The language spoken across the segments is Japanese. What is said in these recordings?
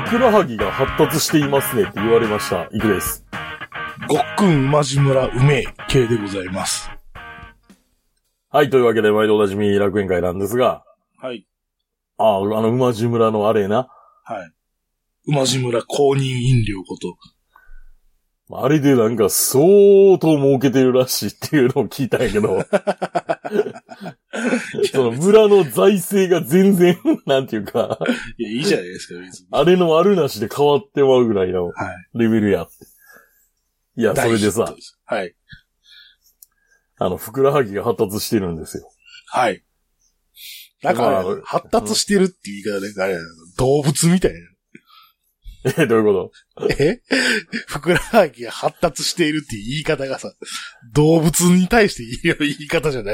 ふくらはぎが発達していますねって言われました。いくです。 ごっくん馬路村梅系でございます。 はい、というわけで毎度おなじみ楽園会なんですが。 はい。 馬路村のあれな。 はい。馬路村公認飲料こと。 あれでなんか相当儲けてるらしいっていうのを聞いたんやけど。その村の財政が全然、なんていうか。 いや、いいじゃないですか、別に。 あれのあるなしで変わってまうぐらいのレベルやって。いや、それでさ。 はい。 ふくらはぎが発達してるんですよ。 はい。なんか、発達してるって言い方で、あれ、動物みたいな。 どういうこと？ ふくらはぎが発達しているっていう言い方がさ、動物に対して言い方じゃない。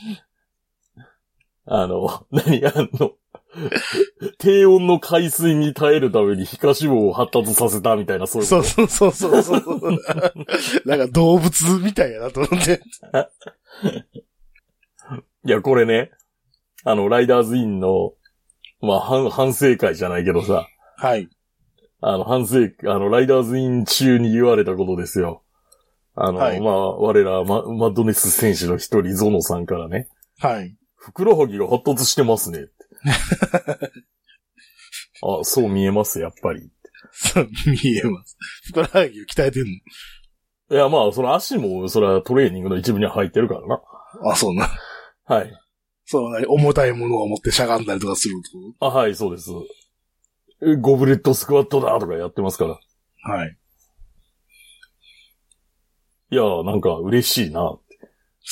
低温の海水に耐えるために皮下脂肪を発達させたみたいな、そういうこと。 そう。なんか動物みたいやなと思って。 いや、これね、ライダーズインの、まあ、反省会じゃないけどさ。 はい。 ライダーズイン中に言われたことですよ。 はい、 まあ、我ら、マッドネス選手の一人、ゾノさんからね。 はい。 ふくらはぎが発達してますねって。あ、そう見えます、やっぱり。 そう見えます。ふくらはぎを鍛えてんの？ いや、まあ、その足も、それはトレーニングの一部には入ってるからな。 あ、そうな。 はい。 そうな、重たいものを持ってしゃがんだりとかすると。あ、はい、そうです。ゴブレットスクワットだとかやってますから。 はい。 いや、なんか嬉しいなって。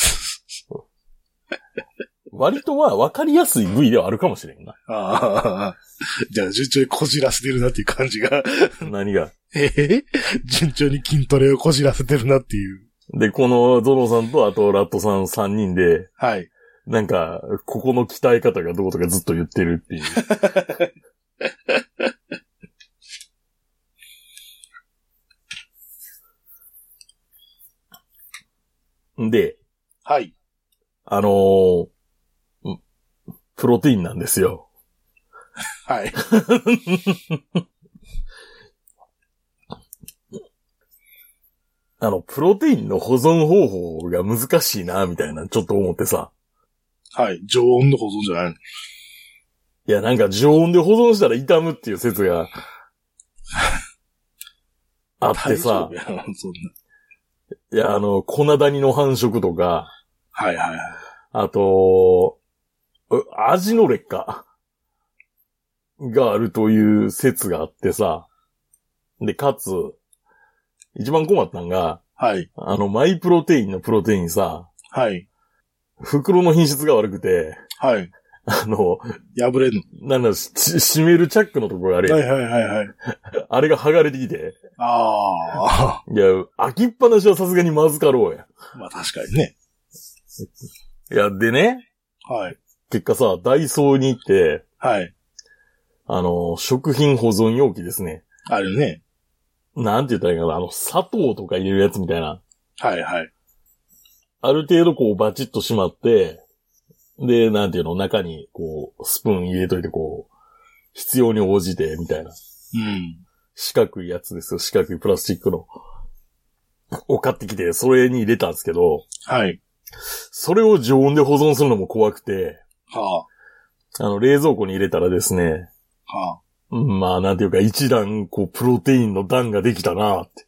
割とまあ分かりやすい部位ではあるかもしれんな。 ああ。じゃあ順調にこじらせてるなっていう感じが。 何が順調に筋トレをこじらせてるなっていう。 で、このゾノさんとあとラットさん3人で。 はい。 なんか、ここの鍛え方がどうとかずっと言ってるっていう。で、 はい。 プロテインなんですよ。 はい。 プロテインの保存方法が難しいな、みたいな、ちょっと思ってさ。 はい。常温の保存じゃないの？ いや、なんか常温で保存したら傷むっていう説があってさ。 そんな。 いや、粉谷の繁殖とか。 はいはいはい。 あと、味の劣化があるという説があってさ。で、かつ、一番困ったんが、 はい。 マイプロテインのプロテインさ。 はい。 袋の品質が悪くて。 はい。破れんの？ 閉めるチャックのところがあれ。 はいはいはいはい。 あれが剥がれてきて。 ああ。 いや、開きっぱなしはさすがにまずかろうや。 まあ確かにね。 いや、でね。 はい。 結果さ、ダイソーに行って。 はい。 食品保存容器ですね。 あるね。 なんて言ったらいいかな、砂糖とか入れるやつみたいな。 はいはい。 ある程度こうバチッとしまって、で、なんていうの、中にこう、スプーン入れといてこう、必要に応じて、みたいな。 うん。 四角いやつですよ、四角いプラスチックの。を買ってきて、それに入れたんですけど。 はい。 それを常温で保存するのも怖くて。 はあ。冷蔵庫に入れたらですね。 はあ。 まあ、なんていうか、一段、こう、プロテインの段ができたなって。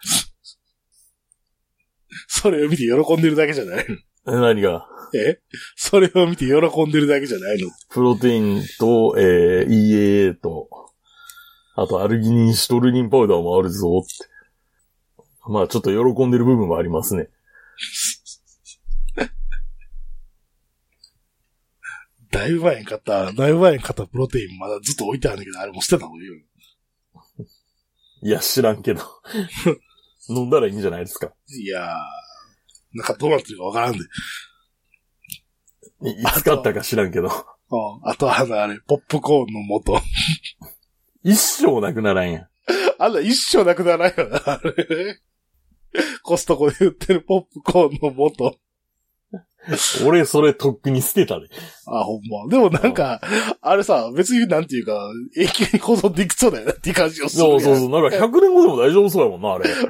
それを見て喜んでるだけじゃないの？ 何が？ それを見て喜んでるだけじゃないの？ プロテインと、EAA と、あとアルギニンシトルニンパウダーもあるぞって。まあちょっと喜んでる部分もありますね。 だいぶ前に買ったプロテインまだずっと置いてあるんだけど、あれも捨てた方がいいよ。 いや、知らんけど。飲んだらいいんじゃないですか。 いやー、なんかどうなってるかわからんで。 いつ買ったか知らんけど。 あとあれ、ポップコーンの素。 一生なくならんやん。 あんな一生なくならんよな、あれ。コストコで売ってるポップコーンの素。 俺それとっくに捨てたで。 あ、ほんま。でもなんか、あれさ、別になんていうか、永久に保存できそうだよなっていう感じをするやん。 そう。なんか100年後でも大丈夫そうやもんな、あれ。 ああ。い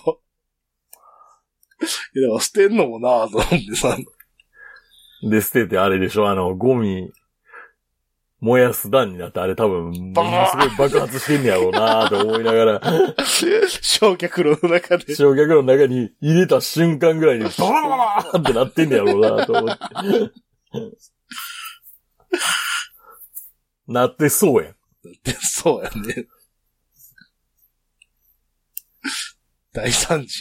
や、だから捨てんのもなぁと思ってさ。 で、捨ててあれでしょ、ゴミ、燃やす段になってあれ多分、ものすごい爆発してんねやろうなぁと思いながら、 焼却炉の中で。 焼却炉の中に入れた瞬間ぐらいに、バーンってなってんねやろうなぁと思って。なってそうやん。 そうやね。大惨事。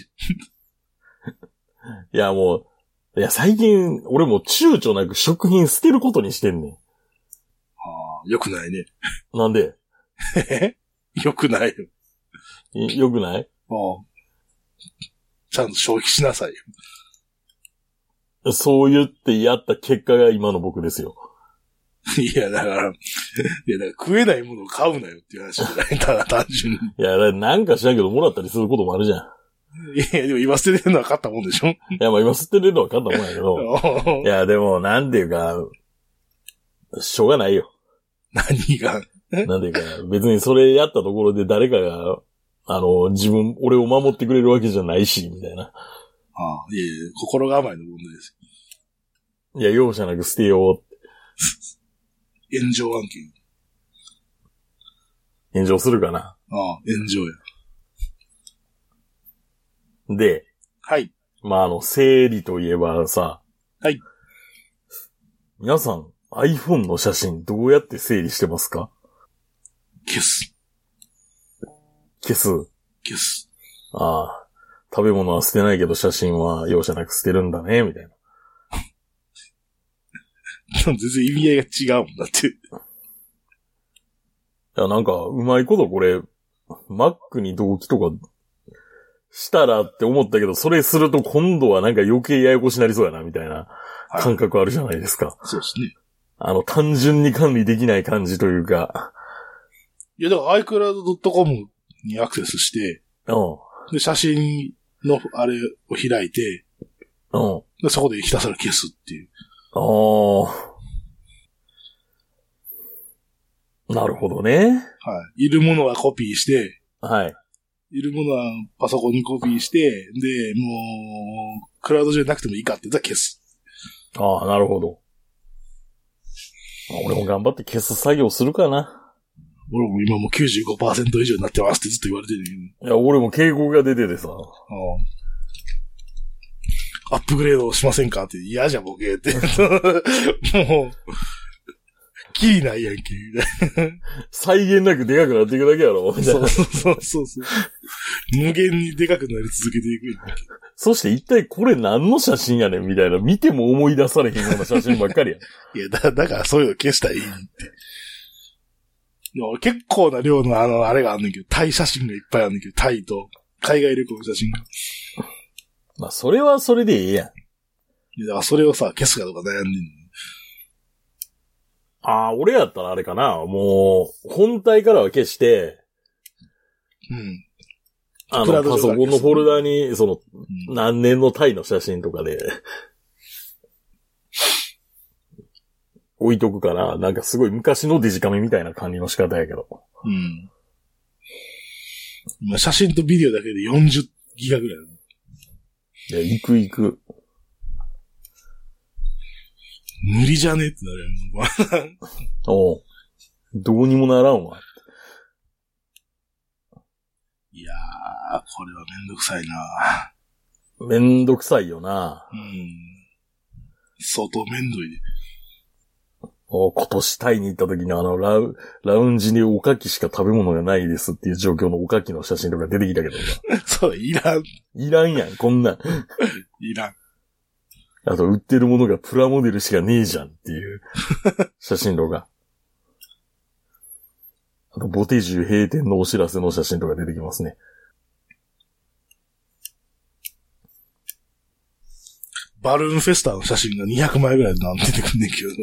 いや、もう、最近、俺も躊躇なく食品捨てることにしてんねん。 ああ、よくないね。 なんでよくないよ。 よくないああ。ちゃんと消費しなさいよ。そう言ってやった結果が今の僕ですよ。 いや、だから食えないものを買うなよっていう話じゃない。ただ単純に。 いや、なんか知らんけどもらったりすることもあるじゃん。 いや、でも今捨ててるのは買ったもんでしょ。 いや、まあ今吸ってるのは簡単もんやけど。いや、でも、なんていうか、しょうがないよ。 何がなんていうか、別にそれやったところで誰かが、俺を守ってくれるわけじゃないし、みたいな。 ああ、いやいや、心構えの問題です。 いや、容赦なく捨てよう。 炎上案件。 炎上するかな。 ああ、炎上や。 で、 はい。 まあ、整理といえばさ。 はい。 皆さん、iPhone の写真どうやって整理してますか？ 消す。 消す。 消す。 ああ。食べ物は捨てないけど写真は容赦なく捨てるんだね、みたいな。 全然意味合いが違うもんだって。 いや、なんか、うまいことこれ、Mac に同期とか、したらって思ったけど、それすると今度はなんか余計ややこしなりそうやな、みたいな感覚あるじゃないですか。 そうですね。 単純に管理できない感じというか。 いや、だから iCloud.com にアクセスして、で、写真のあれを開いて、でそこでひたすら消すっていう。 なるほどね。 はい。いるものはコピーして、 はい。 いるものはパソコンにコピーして、で、もう、クラウドじゃなくてもいいかって言ったら消す。 ああ、なるほど。俺も頑張って消す作業するかな。 俺も今もう 95% 以上になってますってずっと言われてるよ。 いや、俺も警告が出ててさ。 アップグレードしませんかって嫌じゃんボケって。もう、キリないやんけ、みたいな。 際限なくでかくなっていくだけやろ、みたいな。 そう。無限にでかくなり続けていく。 そして一体これ何の写真やねんみたいな、見ても思い出されへんような写真ばっかりやん。 いや、だからそういうの消したらいいって。結構な量のあれがあんねんけど、タイ写真がいっぱいあんねんけど、タイと海外旅行の写真が。 まあ、それはそれでいいやん。 いや、だからそれをさ、消すかとか悩んでんの。 ああ、俺やったらあれかな。もう、本体からは消して、パソコンのフォルダに、何年のタイの写真とかで、置いとくから、なんかすごい昔のデジカメみたいな管理の仕方やけど。 今写真とビデオだけで40ギガぐらいある。 いや、行く。 無理じゃねってなるやん。 おう。どうにもならんわ。 いやー、これはめんどくさいな。 めんどくさいよな。 相当めんどいで。 今年タイに行った時にラウンジにおかきしか食べ物がないですっていう状況のおかきの写真とか出てきたけどさ。そう、いらん。 いらんやん、こんなん。 いらん。 あと、売ってるものがプラモデルしかねえじゃんっていう写真とか。あと、ボテジュ閉店のお知らせの写真とか出てきますね。 バルーンフェスタの写真が200枚ぐらい出てくんねんけど。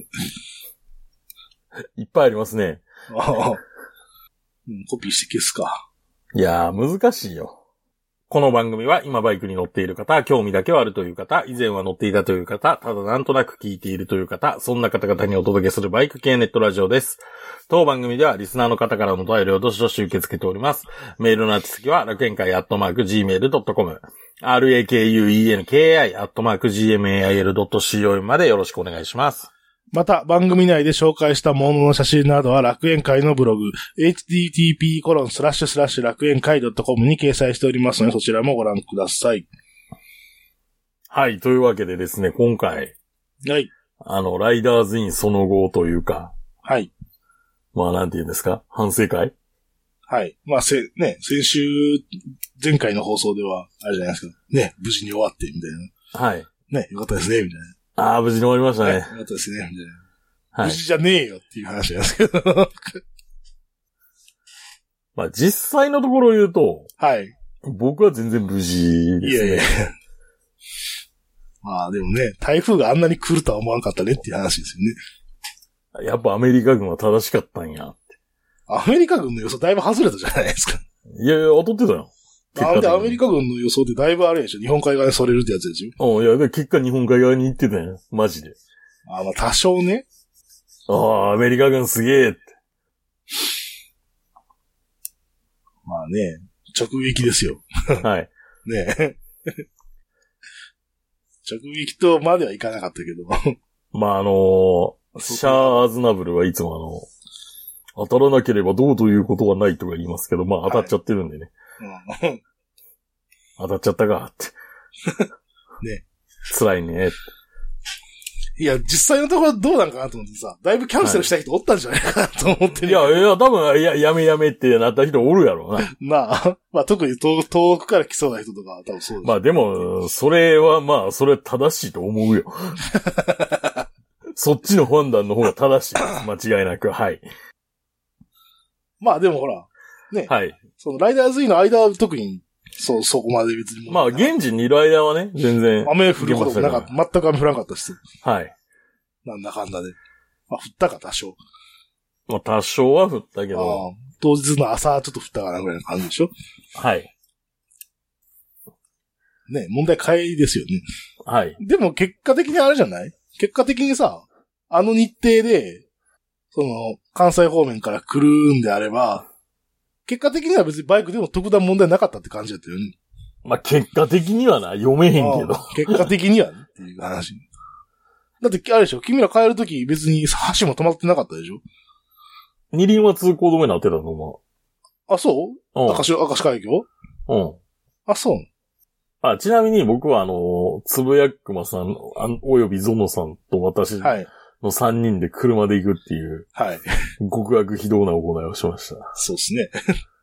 いっぱいありますね。 コピーして消すか。 いやー、難しいよ。 この番組は今バイクに乗っている方、興味だけはあるという方、以前は乗っていたという方、ただなんとなく聞いているという方、そんな方々にお届けするバイク系ネットラジオです。当番組ではリスナーの方からのお便りをどしどし受け付けております。メールの宛先は楽園会@gmail.com、rakuenkai@gmail.com までよろしくお願いします。 また、番組内で紹介したものの写真などは楽園会のブログ、http:// 楽園会 .com に掲載しておりますので、そちらもご覧ください。 はい、というわけでですね、今回。 はい。 ライダーズインその後というか。 はい。 まあ、なんて言うんですか？反省会？ はい。まあ、先週、前回の放送では、あれじゃないですか。ね、無事に終わって、みたいな。はい。ね、よかったですね、みたいな。 ああ、無事に終わりましたね。 よかったですね、みたいな。はい。無事じゃねえよっていう話なんですけど。 まあ、実際のところ言うと。 はい。 僕は全然無事ですね。いやいや。 まあ、でもね、台風があんなに来るとは思わなかったねっていう話ですよね。やっぱアメリカ軍は正しかったんや。 アメリカ軍の予想だいぶ外れたじゃないですか。 いやいや、当たってたよ。 なんでアメリカ軍の予想ってだいぶあれでしょ。日本海側にそれるってやつでしょ。いや、結果日本海側に行ってたよ。マジで。 まあ多少ね。 アメリカ軍すげえって。 まあね、直撃ですよ。 はい。 ね直撃とまではいかなかったけど。 まあシャア・アズナブルはいつも当たらなければどうということはないとか言いますけど、まあ当たっちゃってるんでね。はい、当たっちゃったかって。 ね。 辛いね。 いや、実際のところどうなんかなと思ってさ、だいぶキャンセルした人おったんじゃないかなと思って、 ね。はい、いや、多分、やめってなった人おるやろうな。 まあ、特に遠くから来そうな人とかは多分そうです。 まあでも、それは正しいと思うよ。そっちの判断の方が正しいです。間違いなく。はい。 まあでもほら、ね。 はい。 そのライダーズインの間は特に、そこまで別に。 まあ、現地にいる間はね、全然。 雨降ることもなかった。全く雨降らなかったし。 はい。 なんだかんだで。まあ、降ったか多少。 まあ、多少は降ったけど。 当日の朝ちょっと降ったかなぐらいの感じでしょ。 はい。 ね、問題帰りですよね。 はい。 でも結果的にあれじゃない？結果的にさ、あの日程で、関西方面から来るんであれば、結果的には別にバイクでも特段問題なかったって感じだったよね。 まあ、結果的にはな、読めへんけど。 結果的にはねっていう話。だって、あれでしょ、君ら帰るとき別に橋も止まってなかったでしょ？ 二輪は通行止めになってたのも。 あ、そう？明石海峡？ うん。 あ、そう。 ちなみに僕はつぶやくまさん、およびゾノさんと私の3人で車で行くっていう。 はい。 極悪非道な行いをしました。 そうですね。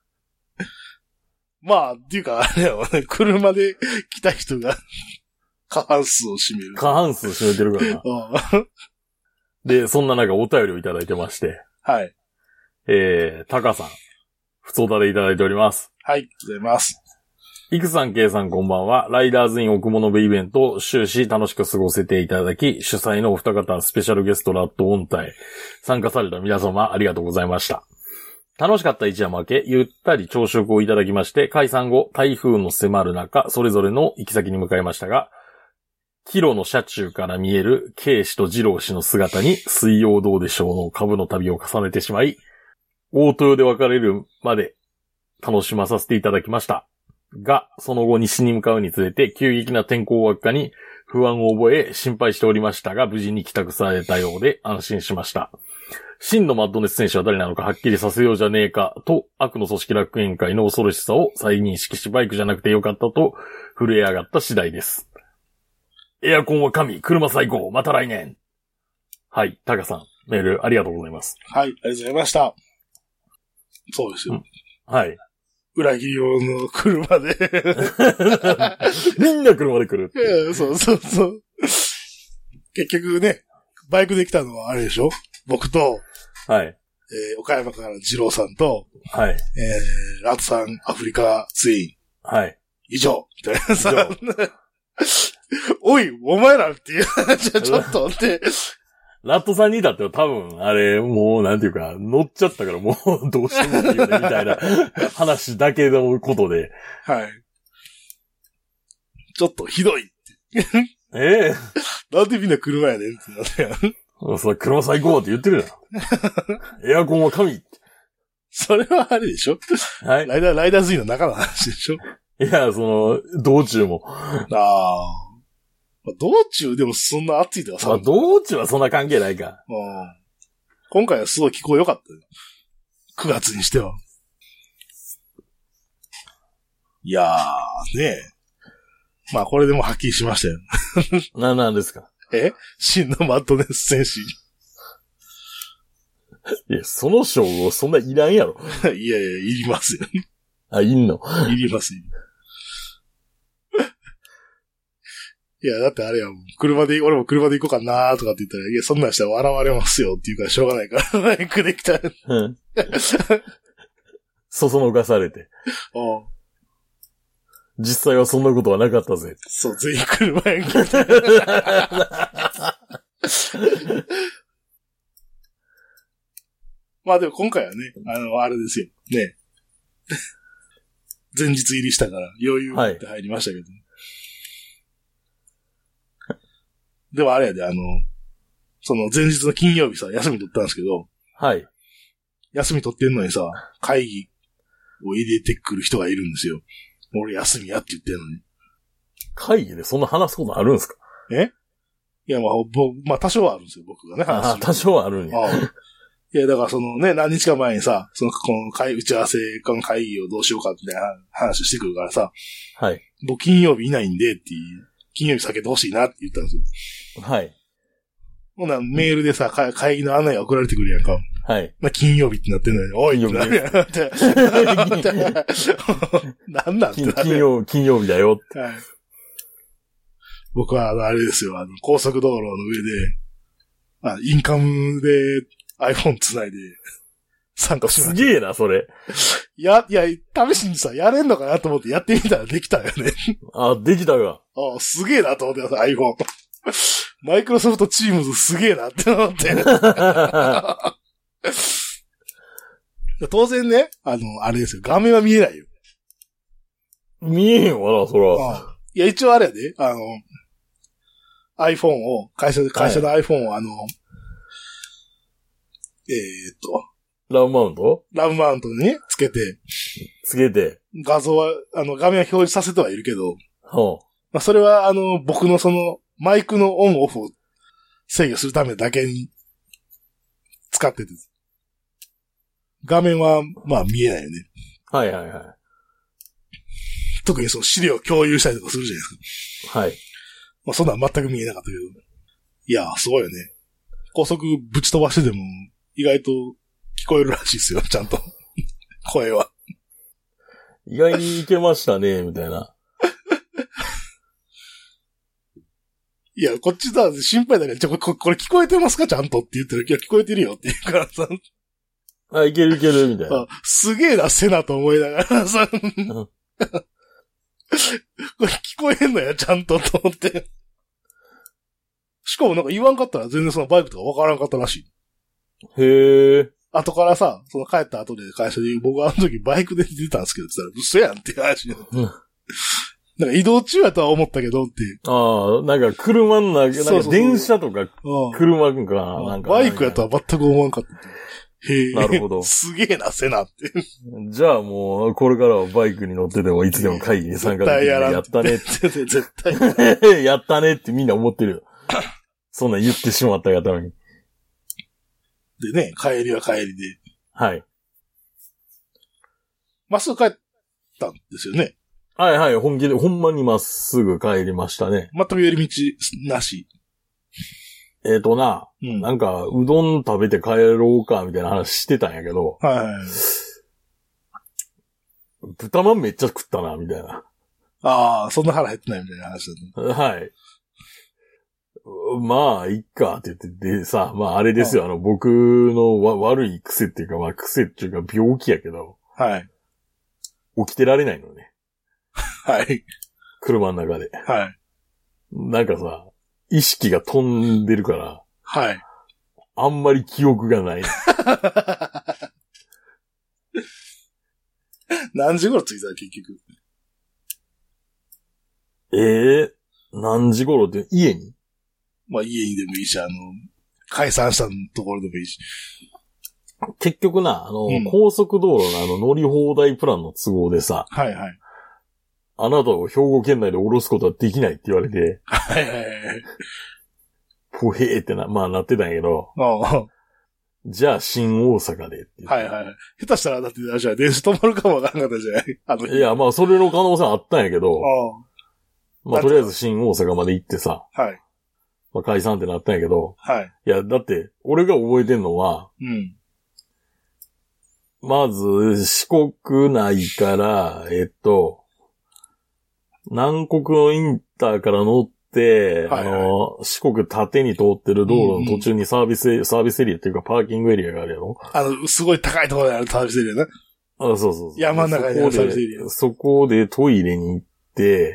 まあ、っていうか、あれはね、車で来た人が過半数を占める。 過半数占めてるからな。で、そんな中お便りをいただいてまして。 はい。 タカさん、ふつおたでいただいております。 はい、ありがとうございます。 イクさん、ケイさん、こんばんは。ライダーズイン奥物部イベントを終始楽しく過ごせていただき、主催のお二方、スペシャルゲストラットオンタイ、参加された皆様、ありがとうございました。楽しかった一夜明け、ゆったり朝食をいただきまして、解散後、台風の迫る中、それぞれの行き先に向かいましたが、キロの車中から見えるK氏と二郎氏の姿に、水曜どうでしょうの株の旅を重ねてしまい、大豊で別れるまで楽しまさせていただきました。が、その後西に向かうにつれて急激な天候悪化に不安を覚え心配しておりましたが、無事に帰宅されたようで安心しました。真のマッドネス選手は誰なのかはっきりさせようじゃねえかと悪の組織楽園会の恐ろしさを再認識し、バイクじゃなくてよかったと震え上がった次第です。エアコンは神、車最高、また来年。はい、タカさん、メールありがとうございます。 はい、ありがとうございました。そうですよ。 はい。 裏切り用の車で。 みんな車で来る。 そう。結局ね、バイクで来たのはあれでしょ？僕と、 はい。 岡山から二郎さんと、 はい。 ラトさん、アフリカツイン。はい。 以上。みたいなさ。おい、お前らっていう話はちょっとって。 ラットさんにいたって多分、あれ、もう、なんていうか、乗っちゃったからもう、どうしてもいいよね、みたいな話だけのことで。 はい。 ちょっとひどいって。 ええなんでみんな車やねんってなってやん。 それ車最高って言ってるやん。エアコンは神って。 それはあれでしょはい。 ライダーズイの中の話でしょいや、道中も。 ああ。道中でもそんな暑いとかまあ、道中はそんな関係ないか。 今回はすごい気候良かったよ。9月にしては。いやー、ねえ。まあこれでもはっきりしましたよ。 なんですか。 真のマッドネス戦士。 いや、その称号そんないらんやろ。 いやいや、いりますよ。 あ、いんのいりますよ。いや、だってあれやもん。俺も車で行こうかなーとかって言ったら、いや、そんなんしたら笑われますよって言うからしょうがないから、バイクで来た。 うん。そそのかされて。実際はそんなことはなかったぜ。 そう、全員車やんけ。まあでも今回はね、あれですよ。ね。前日入りしたから余裕って入りましたけど、ね。でもあれやで、その前日の金曜日さ、休み取ったんですけど、 はい。 休み取ってんのにさ、会議を入れてくる人がいるんですよ。俺休みやって言ってんのに。 会議でそんな話すことあるんですか？ いや、まあ多少はあるんですよ、僕がね、話。 多少はあるんや。 いや、だからそのね、何日か前にさ、この打ち合わせ、この会議をどうしようかみたいな話してくるからさ、 はい。 僕金曜日いないんでっていう、金曜日避けてほしいなって言ったんですよ。 はい。 ほな、メールでさ、会議の案内が送られてくるやんか。 はい。 金曜日ってなってんのに、おいってなるやん。なんなんってなるやん。 金曜日だよ。 はい。僕はあれですよ、高速道路の上で、インカムで iPhone 繋いで参加しました。 すげえな、それ。 いや、試しにさ、やれんのかなと思ってやってみたらできたよね。 できたが。 すげえなと思ってさ、iPhone。マイクロソフトチームズすげえなって思って。当然ね、あれですよ、画面は見えないよ。 見えへんわな、そら。 いや、一応あれやで、iPhone を、会社の iPhone をラブマウントにね、つけて。画像は、画面は表示させてはいるけど。まあ、それは、僕のマイクのオンオフを制御するためだけに使ってて。画面は、まあ見えないよね。 はいはいはい。 特に資料を共有したりとかするじゃないですか。 はい。 まあそんな全く見えなかったけど。いや、すごいよね。高速ぶち飛ばしてでも、意外と聞こえるらしいですよ、ちゃんと。声は。 意外にいけましたね、みたいな。 いや、こっちだ、心配だけど、これ聞こえてますかちゃんとって言ってる。いや、聞こえてるよって言うからさ。 いける、みたいな。 すげえな、セナと思いながらさ。これ聞こえんのや、ちゃんと、と思って。しかもなんか言わんかったら全然そのバイクとかわからんかったらしい。 へえ。 後からさ、帰った後で会社で僕はあの時バイクで出たんですけど、って言ったら、嘘やんっていう話になって。なんか移動中やとは思ったけどっていう。 なんか車の中、なんか電車とか車かなんか。 バイクやとは全く思わんかった。へえ。 なるほど。 すげえな、セナって。 じゃあもう、これからはバイクに乗っててもいつでも会議に参加できる。やったねって。 絶対。 やったねってみんな思ってるよ。そんなん言ってしまったがために。 でね、帰りは帰りで。 はい。 まっすぐ帰ったんですよね。 はいはい、ほんまにまっすぐ帰りましたね。 全く寄り道なし。 なんか、うどん食べて帰ろうか、みたいな話してたんやけど。 はい。 豚まんめっちゃ食ったな、みたいな。 そんな腹減ってないみたいな話だね。 はい。まあ、いっか、って言って、でさ、まああれですよ、僕の悪い癖っていうか、まあ癖っていうか病気やけど。 はい。 起きてられないのね。 はい。 車の中で。 はい。 なんかさ、意識が飛んでるから。 はい。 あんまり記憶がない。 何時頃着いた結局。 何時頃って家に？ まあ家にでもいいし、解散したところでもいいし。 結局な、高速道路の乗り放題プランの都合でさ、 はいはい。 あなたを兵庫県内で降ろすことはできないって言われて、 はいはいはい。 ぽへーってなってたんやけど、じゃあ新大阪でって言って。 はいはい。下手したらだって、じゃあ電車止まるかもわからんかったじゃない？ いや、まあそれの可能性あったんやけど、まあとりあえず新大阪まで行ってさ、 はい。 まあ解散ってなったんやけど、 はい。 いや、だって、俺が覚えてんのは、 うん。 まず、四国内から、南国のインターから乗って、 はいはい、 四国縦に通ってる道路の途中にサービスエリアっていうかパーキングエリアがあるやろ？ すごい高いところにあるサービスエリアね。 そうそうそう。 山の中にあるサービスエリア。 そこでトイレに行って、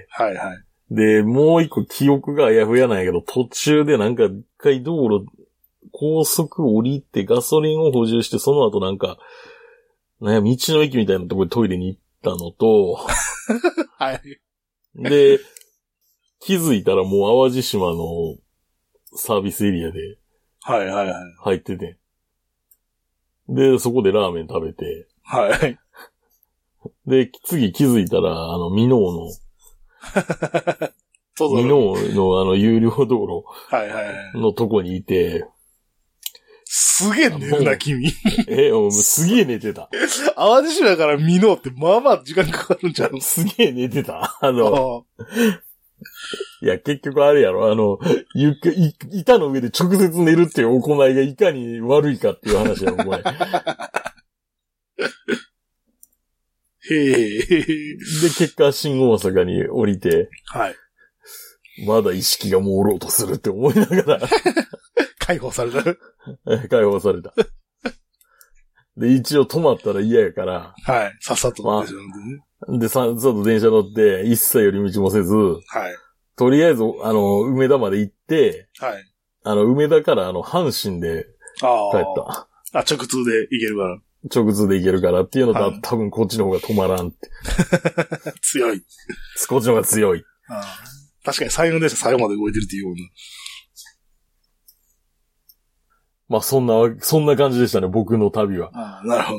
はいはい。 で、もう一個記憶があやふやなんやけど、途中でなんか一回道路、高速降りてガソリンを補充して、その後なんか、道の駅みたいなところでトイレに行ったのと、 はい。 で、気づいたらもう淡路島のサービスエリアで、 はいはいはい。 入ってて。で、そこでラーメン食べて。 はい。 で、次気づいたら、箕面の、箕面の有料道路はいはいのとこにいて、 すげえ寝るな、君。 すげえ寝てた。 淡路島から見のってまあまあ時間かかるんちゃう？ すげえ寝てた。いや、結局あれやろ、板の上で直接寝るっていう行いがいかに悪いかっていう話やろ、これ。 へえ。で、 結果、新大阪に降りて、 はい。 まだ意識が朦朧とするって思いながら。 解放された。 解放された。で、一応止まったら嫌やから。 はい。さっさと乗ってしまうんでね。 で、さっさと電車乗って、一切寄り道もせず。はい。とりあえず、梅田まで行って、はい。梅田から阪神で帰った。 直通で行けるから。 直通で行けるからっていうのと、はい、多分こっちの方が止まらんって。 強い。 こっちの方が強い。 確かに最後の電車最後まで動いてるっていうような。 まあそんな感じでしたね、僕の旅は。 なるほどね。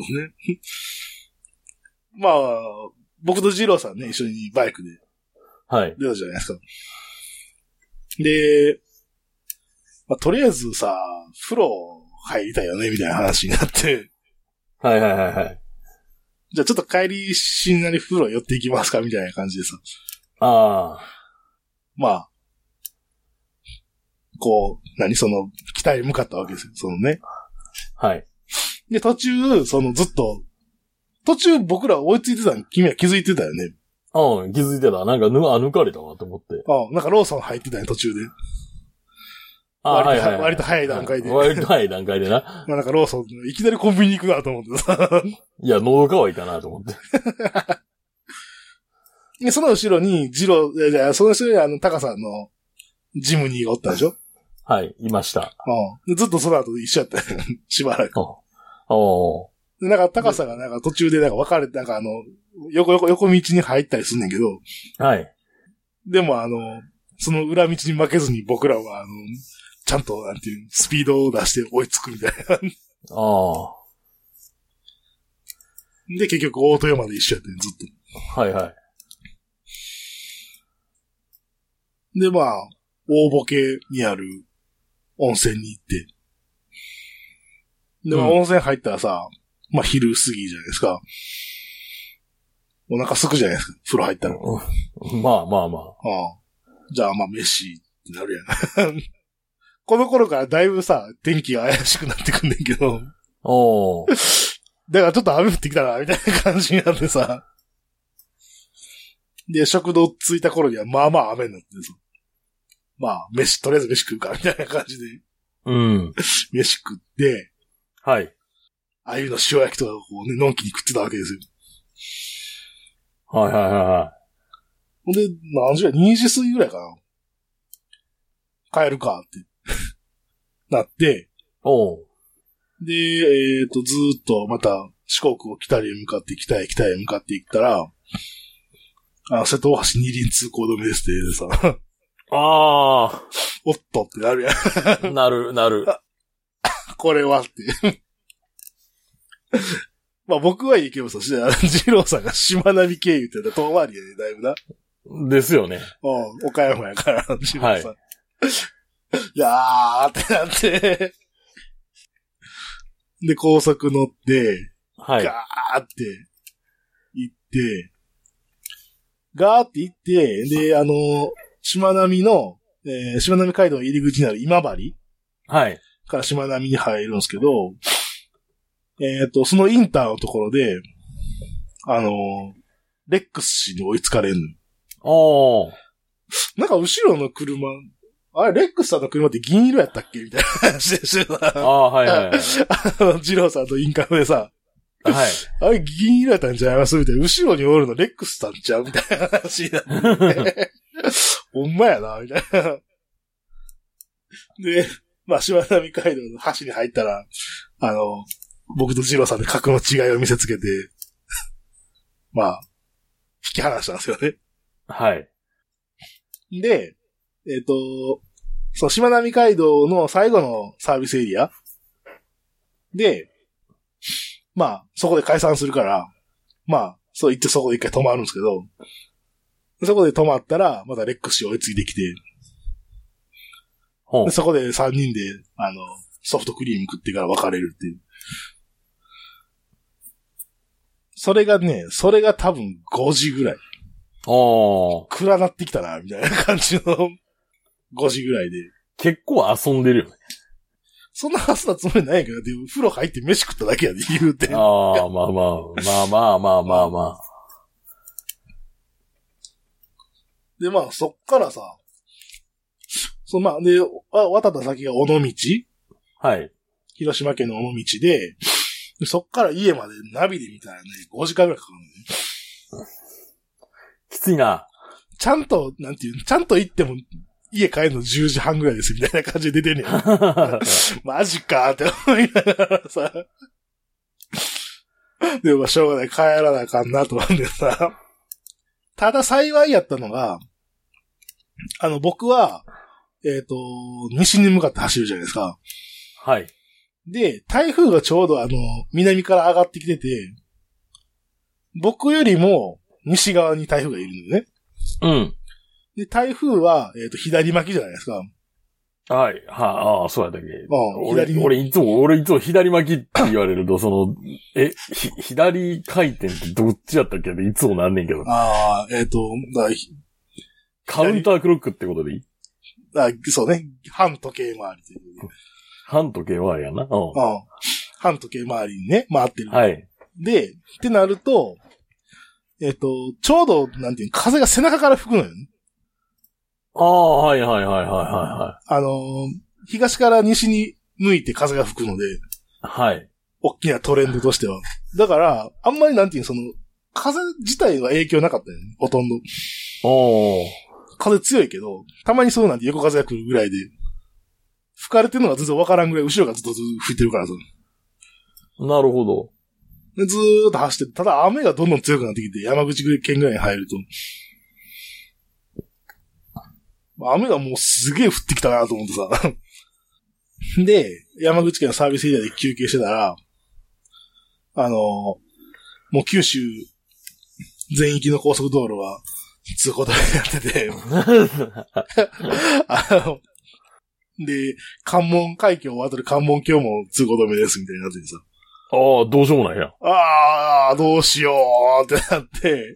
まあ、僕と二郎さんね、一緒にバイクで。はい。出たじゃないですか。で、まあ、とりあえずさ、風呂入りたいよね、みたいな話になって。 はいはいはいはい。 じゃあちょっと帰りしんなり風呂寄っていきますか、みたいな感じでさ。まあ、北へ向かったわけですよ、ね。はい。で、途中僕ら追いついてたの、君は気づいてたよね。 気づいてた。なんか抜かれたわと思って。 なんかローソン入ってたね、途中で。割と早い段階で。 割と早い段階でな。 まあなんかローソン、いきなりコンビニ行くなと思ってさ。 いや、喉乾いたなと思って。 で、その後ろに、その後ろにタカさんのジムニーがおったでしょ？ はい、いました。 でずっとその後一緒やったよ。しばらく。で、なんかタカさんがなんか途中でなんか別れて、なんか横道に入ったりすんねんけど。はい。でもその裏道に負けずに僕らはちゃんと、なんていう、スピードを出して追いつくみたいな。で、結局、大豊まで一緒やってん、ずっと。はいはい。で、まあ、大ボケにある温泉に行って。で、まあ、温泉入ったらさ、まあ、昼過ぎじゃないですか。お腹すくじゃないですか、風呂入ったら。 まあまあまあ。 じゃあ、まあ、飯ってなるやん。この頃からだいぶさ、天気が怪しくなってくんねんけど。だからちょっと雨降ってきたな、みたいな感じになってさ。で、食堂着いた頃にはまあまあ雨になってさ。まあ、とりあえず飯食うか、みたいな感じで。うん。飯食って。はい。鮎の塩焼きとかをこうね、のんきに食ってたわけですよ。はいはいはいはい。ほんで、何時ぐらい ?2 時過ぎぐらいかな。帰るかって。なって。で、ずーっとまた四国を北へ向かっていったら、 瀬戸大橋二輪通行止めですってさ、 あおっとってなるやん。 あ、なる。 これはって。まあ僕はいいけどさ、二郎さんがしまなみ経由って言ったら遠回りやね、だいぶな。 ですよね。 岡山やから、二郎さん。 はい。 いやーってなって。で、高速乗って、 はい。 ガーって行って、ガーって行って、で、しまなみの、しまなみ海道の入り口にある今治はい。 からしまなみに入るんですけど、そのインターのところで、レックス氏に追いつかれんの。 おー。 なんか後ろの車、あれ、レックスさんの車って銀色やったっけみたいな話でしてさ。 ああ、はいはいはい。 ジローさんとインカムでさ、 はい。 あれ、銀色やったんちゃいますみたいな。後ろにおるのレックスさんちゃうみたいな話になって。ほんまやな、みたいな。で、まあ、しまなみ海道の橋に入ったら、僕とジローさんで格の違いを見せつけて、まあ、引き離したんですよね。 はい。 で、そう、しまなみ海道の最後のサービスエリアで、まあ、そこで解散するから、まあ、そう言ってそこで一回止まるんですけど、そこで止まったら、またレックス氏追いついてきて、でそこで3人で、ソフトクリーム食ってから別れるっていう。それが多分5時ぐらい。暗なってきたな、みたいな感じの5時ぐらいで。 結構遊んでるよね。 そんなはずなつもりないけど、風呂入って飯食っただけやで言うて。 ああ、まあ。 で、まあ、そっからさ、まあ、で、渡った先が尾道？ はい。 広島県の尾道で、そっから家までナビで見たらね、5時間ぐらいかかるね。 きついな。 ちゃんと行っても、家帰るの10時半ぐらいです、みたいな感じで出てんねん。マジかーって思いながらさ。でも、しょうがない、帰らなあかんなと思うんだよさ。ただ幸いやったのが、僕は、西に向かって走るじゃないですか。 はい。 で、台風がちょうど南から上がってきてて、僕よりも西側に台風がいるのよね。 うん。 で、台風は、左巻きじゃないですか。 はい。ああ、そうやったっけ。俺いつも左巻きって言われると、左回転ってどっちやったっけっていつもなんねんけど。カウンタークロックってことでいい？ そうね。反時計回りということで。 反時計回りやな。 反時計回りにね、回ってる。 はい。 で、ってなると、ちょうど、なんていうの、風が背中から吹くのよね。 ああ、はい。 東から西に向いて風が吹くので、 はい。 大きなトレンドとしては。だから、あんまりなんていうの、風自体は影響なかったよね、ほとんど。風強いけど、たまにそうなんて横風が来るぐらいで、吹かれてるのが全然わからんぐらい、後ろがずっと吹いてるからさ。 なるほど。 でずーっと走って、ただ雨がどんどん強くなってきて、山口県ぐらいに入ると、雨がもうすげえ降ってきたなと思ってさ。で、山口県のサービスエリアで休憩してたら、もう九州全域の高速道路は通行止めになってて、で、関門海峡を渡る関門橋も通行止めですみたいになっててさ。 ああ、どうしようもないや。 どうしようってなって、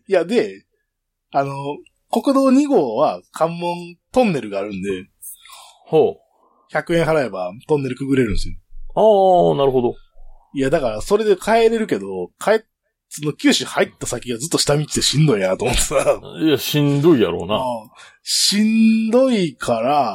いやで、国道2号は関門トンネルがあるんで、100円払えばトンネルくぐれるんですよ。 ああ、なるほど。 いや、だからそれで帰れるけど、その九州入った先がずっと下道でしんどいなと思ってさ。 いや、しんどいやろうな。 しんどいから、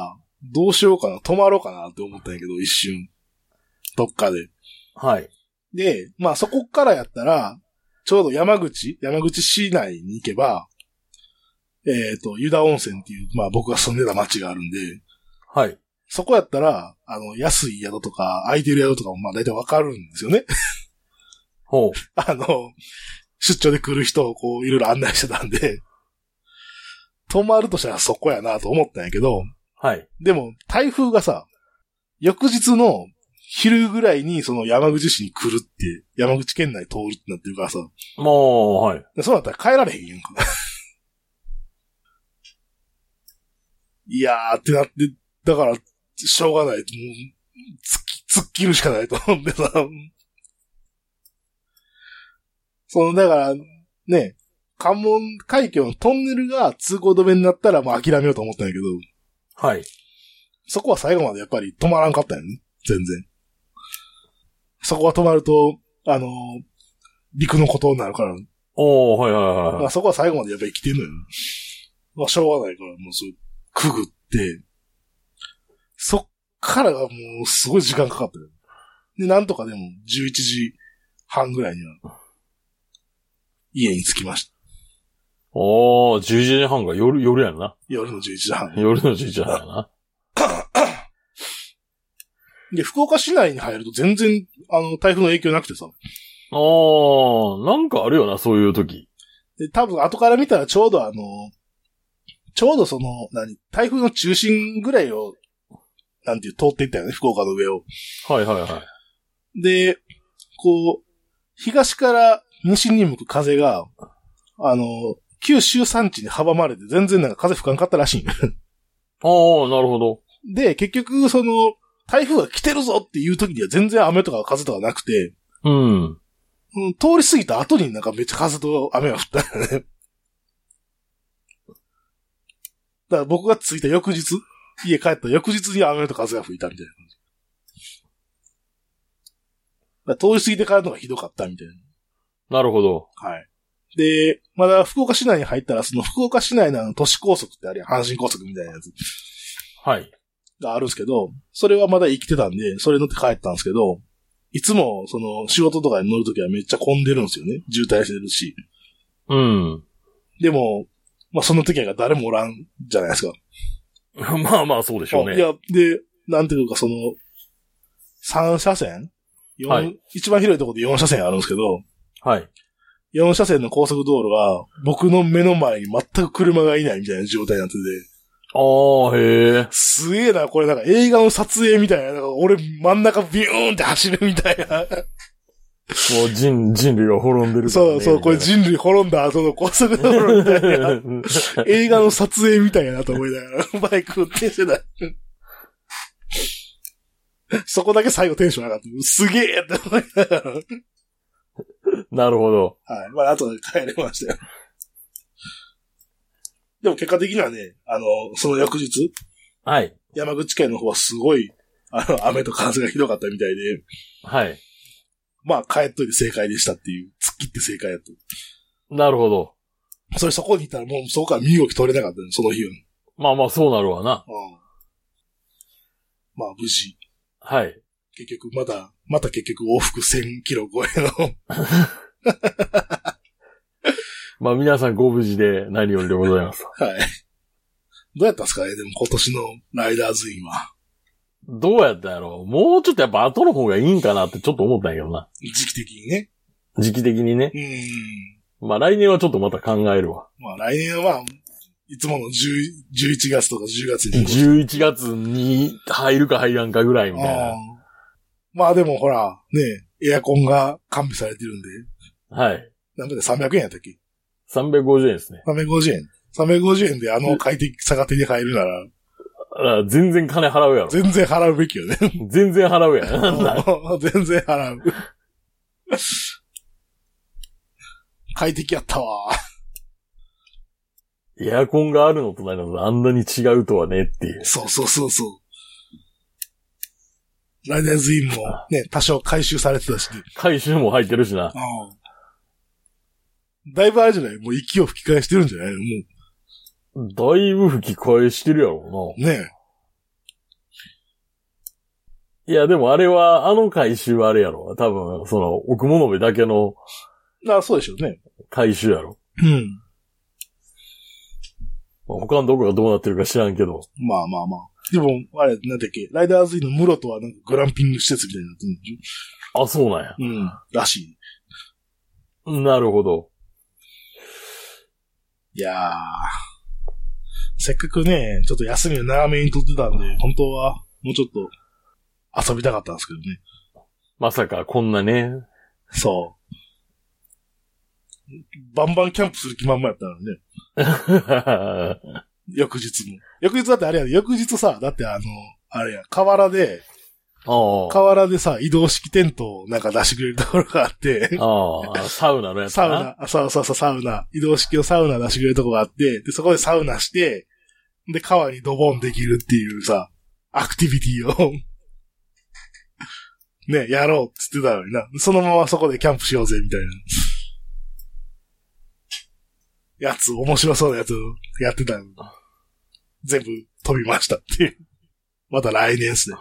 どうしようかな、止まろうかなって思ったんやけど、一瞬。どっかで。 はい。 で、まあそこからやったら、ちょうど山口市内に行けば、湯田温泉っていう、まあ僕が住んでた町があるんで、 はい。 そこやったら、安い宿とか、空いてる宿とかもまあ大体わかるんですよね。出張で来る人をこう、いろいろ案内してたんで、 止まるとしたらそこやなと思ったんやけど、 はい。 でも台風がさ、翌日の昼ぐらいにその山口市に来るって、山口県内通るってなってるからさ。 もう、はい。 そうなったら帰られへんやんか。いやーってなって、だから、しょうがない。もう、突っ切るしかないと思ってさ。だから、ね、関門海峡のトンネルが通行止めになったらもう諦めようと思ったんやけど。 はい。 そこは最後までやっぱり止まらんかったよね。全然。そこは止まると、陸のことになるから。 おー、はいはいはい。 そこは最後までやっぱり生きてんのよ。まあ、しょうがないから、もうそう、くぐって、そっからがもうすごい時間かかったよ。で、なんとかでも11時半ぐらいには、家に着きました。 おー、11時半が夜やな。 夜の11時半。 夜の11時半やな。 で、福岡市内に入ると全然、台風の影響なくてさ。 なんかあるよな、そういう時。 で、多分後から見たらちょうど台風の中心ぐらいを、通っていったよね、福岡の上を。 はいはいはい。 で、こう、東から西に向く風が、九州山地に阻まれて全然なんか風吹かんかったらしい。 なるほど。 で、結局台風が来てるぞっていう時には全然雨とか風とかなくて、 うん。 通り過ぎた後になんかめっちゃ風と雨が降ったよね。だから僕が着いた翌日、家帰った翌日に雨と風が吹いたみたいな感じ。だから通り過ぎて帰るのがひどかったみたいな。 なるほど。 はい。で、まだ福岡市内に入ったら、その福岡市内の都市高速ってあるやん、阪神高速みたいなやつ。 はい。 があるんですけど、それはまだ生きてたんで、それ乗って帰ったんですけど、いつも、仕事とかに乗るときはめっちゃ混んでるんですよね。渋滞してるし。 うん。 でも、まあ、その時は誰もおらんじゃないですか。 まあまあ、そうでしょうね。 いや、で、なんていうか3車線、 はい、 一番広いところで4車線あるんですけど、 はい。 4車線の高速道路が、僕の目の前に全く車がいないみたいな状態になってて、 へえ。 すげえな、これなんか映画の撮影みたいな、なんか俺真ん中ビューンって走るみたいな。 もう人類が滅んでるから、ね。 そう、これ人類滅んだ後の高速道路みたいな。映画の撮影みたいやなと思いながら、バイク運転してた。そこだけ最後テンション上がって、すげえって思いながら。 なるほど。 はい。まあ、後で帰れましたよ。でも結果的にはね、その翌日。 はい。 山口県の方はすごい、雨と風がひどかったみたいで。 はい。 まあ、帰っといて正解でしたっていう、突っ切って正解やった。 なるほど。 そこにいたらもうそこから身動き取れなかったね、その日は。 まあまあ、そうなるわな。 まあ、無事。 はい。 結局、また結局往復1000キロ超えの。 まあ、皆さんご無事で何よりでございます。 はい。どうやったんですかね、でも今年のライダーズインは。 どうやったやろう。もうちょっとやっぱ後の方がいいんかなってちょっと思ったんやけどな。 時期的にね。 時期的にね。まあ来年はちょっとまた考えるわ。 まあ来年はまあ、いつもの11月とか10月に。 11月に入るか入らんかぐらいみたいな。 まあでもほら、ね、エアコンが完備されてるんで。 はい。 なんかで300円やったっけ ?350 円ですね。 350円。350円で快適さが手に入るなら。 全然金払うやろ。 全然払うべきよね。 全然払うやん。 全然払う。快適やったわ。 エアコンがあるのとないのとあんなに違うとはねっていう。 そう。ライダーズインもね、多少回収されてたしね。 回収も入ってるしな。 だいぶあれじゃないもう息を吹き返してるんじゃないもう。だいぶ吹き返してるやろうな。 ねえ。いや、でもあれは、回収はあれやろ。多分、奥物部だけの。 そうでしょうね。 回収やろ。 うん。 他のどこがどうなってるか知らんけど。 まあ。でも、あれ、なんだっけ、ライダーズインの室とはなんかグランピング施設みたいになってるんでしょ？あ、そうなんや。 うん。らしい。 なるほど。 いやー。 せっかくね、ちょっと休みを長めに取ってたんで、本当はもうちょっと遊びたかったんですけどね。 まさかこんなね。 そう。バンバンキャンプする気満々やったのね。翌日も。翌日だってあれやで、翌日さ、だってあれや、河原でさ、移動式テントをなんか出してくれるところがあって。 サウナのやつサウナ。そう、サウナ。移動式のサウナ出してくれるところがあって、で、そこでサウナして、で、川にドボンできるっていうさ、アクティビティを、ね、やろうって言ってたのにな。そのままそこでキャンプしようぜ、みたいな。面白そうなやつをやってたの。全部飛びましたっていう。また来年ですね。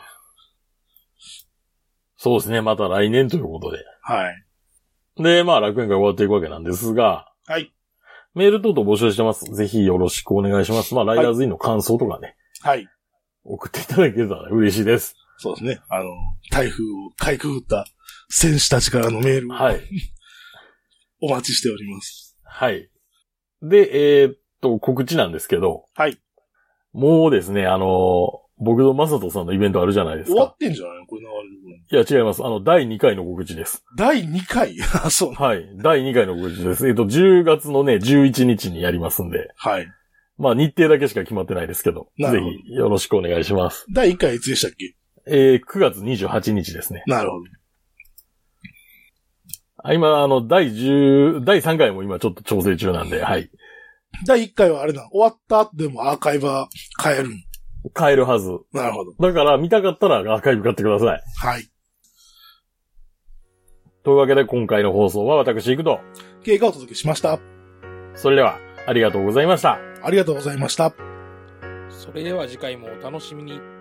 そうですね。また来年ということで。 はい。 で、まあ楽園会終わっていくわけなんですが。 はい。 メール等々募集してます。ぜひよろしくお願いします。まあライダーズインの感想とかね。 はい。 送っていただけたら嬉しいです。 そうですね。台風をかいくぐった選手たちからのメールを。はい。お待ちしております。 はい。で、告知なんですけど。 はい。 もうですね、僕とマサトさんのイベントあるじゃないですか。 終わってんじゃないのこれ流れる。 いや、違います。第2回の告知です。 第2回あ、そう。 はい。第2回の告知です。10月のね、11日にやりますんで。 はい。 まあ、日程だけしか決まってないですけど。ぜひ、よろしくお願いします。 第1回いつでしたっけ 9月28日ですね。 なるほど。 今、第3回も今ちょっと調整中なんで、はい。 第1回はあれだ、終わった後でもアーカイバー変えるん変えるはず。 なるほど。 だから見たかったらアーカイブ買ってください。 はい。 というわけで今回の放送は私行くと。 K がお届けしました。 それでは、ありがとうございました。 ありがとうございました。 それでは次回もお楽しみに。